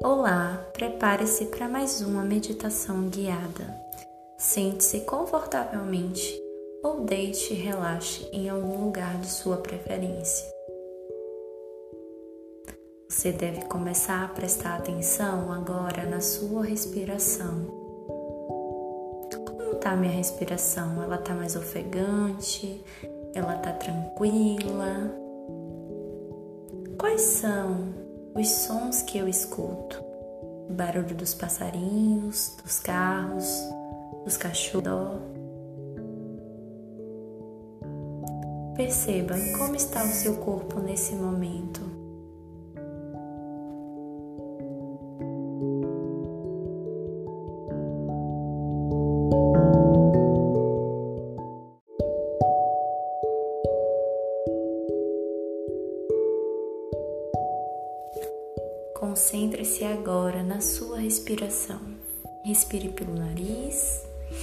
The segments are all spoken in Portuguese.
Olá, prepare-se para mais uma meditação guiada. Sente-se confortavelmente ou deite e relaxe em algum lugar de sua preferência. Você deve começar a prestar atenção agora na sua respiração. Como está a minha respiração? Ela está mais ofegante? Ela está tranquila? Quais são os sons que eu escuto? O barulho dos passarinhos, dos carros, dos cachorros. Perceba como está o seu corpo nesse momento. Concentre-se agora na sua respiração. Respire pelo nariz.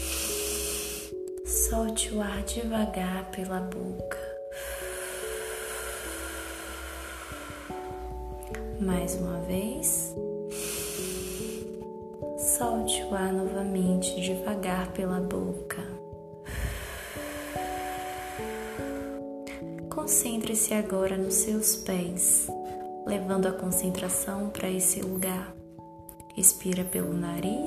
Solte o ar devagar pela boca. Mais uma vez. Solte o ar novamente devagar pela boca. Concentre-se agora nos seus pés, levando a concentração para esse lugar. Respira pelo nariz,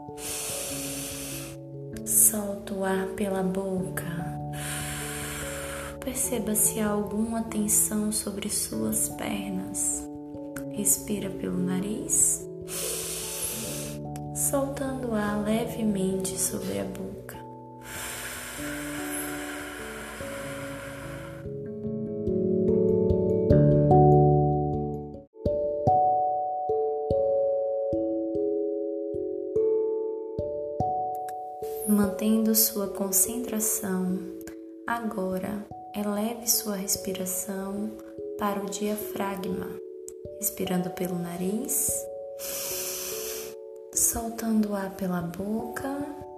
solta o ar pela boca. Perceba se há alguma tensão sobre suas pernas. Respira pelo nariz, soltando o ar levemente sobre a boca. Mantendo sua concentração, agora eleve sua respiração para o diafragma, respirando pelo nariz, soltando o ar pela boca,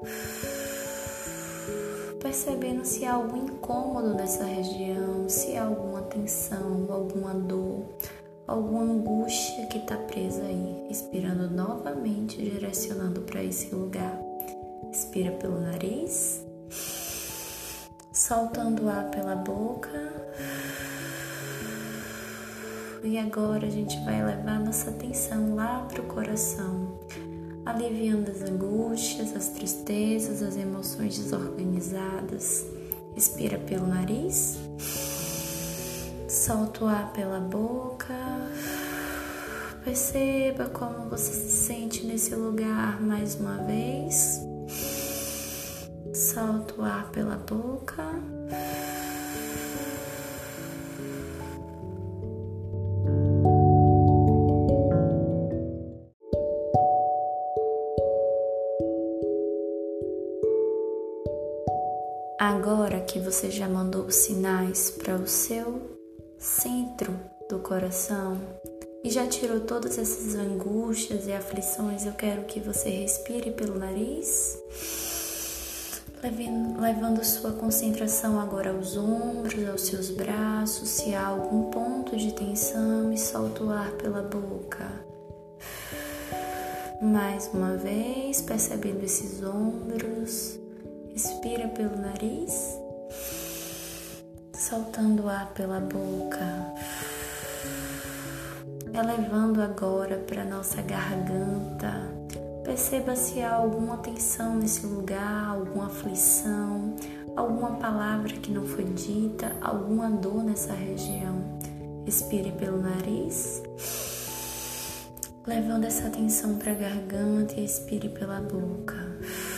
percebendo se há algum incômodo nessa região, se há alguma tensão, alguma dor, alguma angústia que está presa aí, respirando novamente, direcionando para esse lugar. Respira pelo nariz, soltando o ar pela boca. E agora a gente vai levar nossa atenção lá para o coração, aliviando as angústias, as tristezas, as emoções desorganizadas. Respira pelo nariz, solta o ar pela boca. Perceba como você se sente nesse lugar mais uma vez. Solta o ar pela boca. Agora que você já mandou sinais para o seu centro do coração e já tirou todas essas angústias e aflições, eu quero que você respire pelo nariz, levando sua concentração agora aos ombros, aos seus braços, se há algum ponto de tensão, e solta o ar pela boca. Mais uma vez, percebendo esses ombros, respira pelo nariz, soltando o ar pela boca, elevando agora para nossa garganta. Perceba se há alguma tensão nesse lugar, alguma aflição, alguma palavra que não foi dita, alguma dor nessa região. Respire pelo nariz, levando essa atenção para a garganta, e expire pela boca.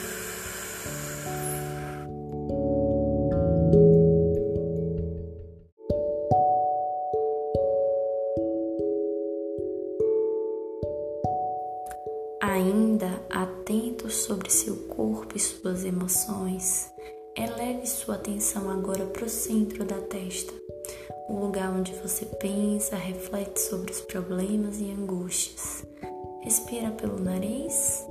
Ainda atento sobre seu corpo e suas emoções, eleve sua atenção agora para o centro da testa, o lugar onde você pensa, reflete sobre os problemas e angústias. Respira pelo nariz,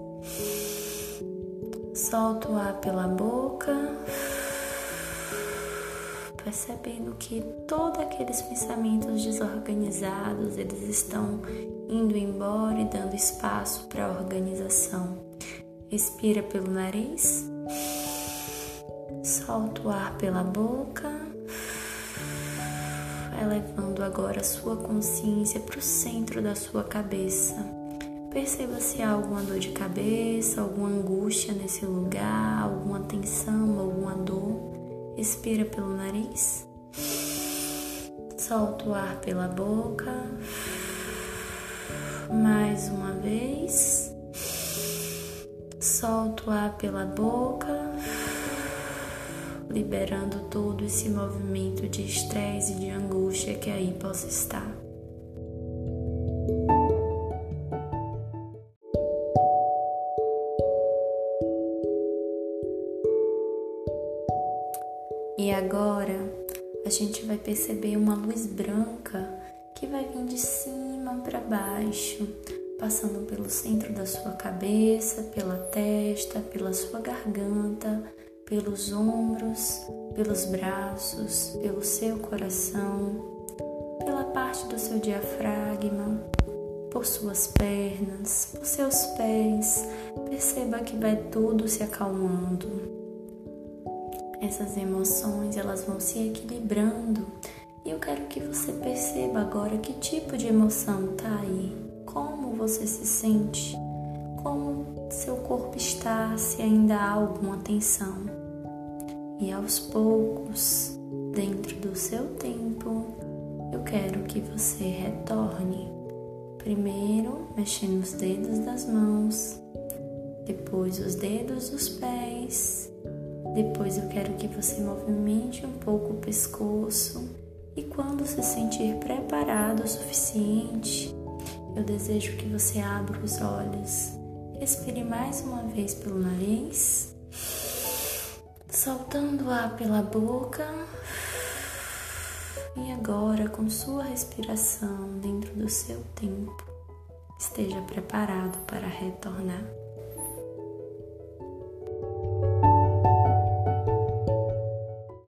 solta o ar pela boca. percebendo que todos aqueles pensamentos desorganizados, eles estão indo embora e dando espaço para a organização. Respira pelo nariz, solta o ar pela boca, elevando agora a sua consciência para o centro da sua cabeça. Perceba se há alguma dor de cabeça, alguma angústia nesse lugar, alguma tensão, alguma dor. Respira pelo nariz, solta o ar pela boca, mais uma vez, solta o ar pela boca, liberando todo esse movimento de estresse e de angústia que aí possa estar. E agora a gente vai perceber uma luz branca que vai vir de cima para baixo, passando pelo centro da sua cabeça, pela testa, pela sua garganta, pelos ombros, pelos braços, pelo seu coração, pela parte do seu diafragma, por suas pernas, por seus pés. Perceba que vai tudo se acalmando. Essas emoções, elas vão se equilibrando e eu quero que você perceba agora que tipo de emoção está aí, como você se sente, como seu corpo está, se ainda há alguma tensão. E aos poucos, dentro do seu tempo, eu quero que você retorne. Primeiro, mexendo os dedos das mãos, depois os dedos dos pés. Depois eu quero que você movimente um pouco o pescoço e quando se sentir preparado o suficiente, eu desejo que você abra os olhos. Respire mais uma vez pelo nariz, soltando o ar pela boca. E agora, com sua respiração dentro do seu tempo, esteja preparado para retornar.